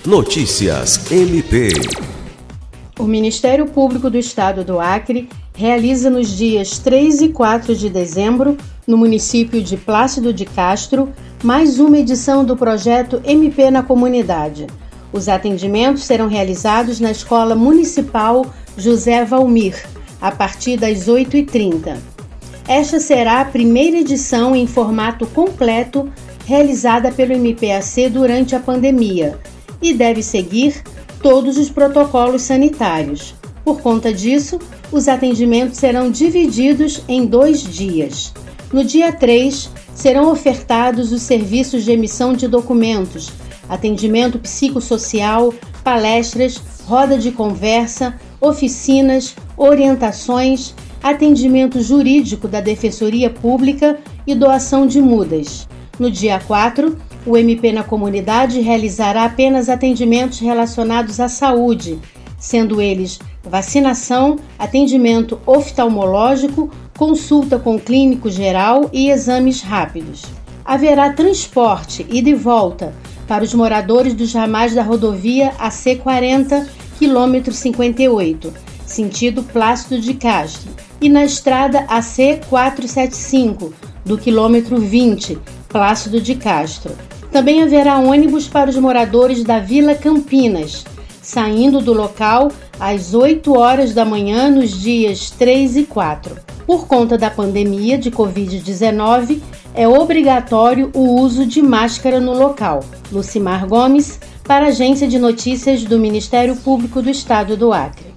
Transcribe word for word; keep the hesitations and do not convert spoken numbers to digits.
Notícias M P. O Ministério Público do Estado do Acre realiza nos dias três e quatro de dezembro, no município de Plácido de Castro, mais uma edição do projeto M P na Comunidade. Os atendimentos serão realizados na Escola Municipal José Valmir, a partir das oito e trinta. Esta será a primeira edição em formato completo realizada pelo M P A C durante a pandemia e deve seguir todos os protocolos sanitários. Por conta disso, os atendimentos serão divididos em dois dias. No dia três, serão ofertados os serviços de emissão de documentos, atendimento psicossocial, palestras, roda de conversa, oficinas, orientações, atendimento jurídico da Defensoria Pública e doação de mudas. No dia quatro, o M P na Comunidade realizará apenas atendimentos relacionados à saúde, sendo eles vacinação, atendimento oftalmológico, consulta com clínico geral e exames rápidos. Haverá transporte ida e volta para os moradores dos ramais da rodovia A C quarenta, quilômetro cinquenta e oito, sentido Plácido de Castro, e na estrada A C quatrocentos e setenta e cinco, do quilômetro vinte, Plácido de Castro. Também haverá ônibus para os moradores da Vila Campinas, saindo do local às oito horas da manhã nos dias três e quatro. Por conta da pandemia de covid dezenove, é obrigatório o uso de máscara no local. Lucimar Gomes, para a Agência de Notícias do Ministério Público do Estado do Acre.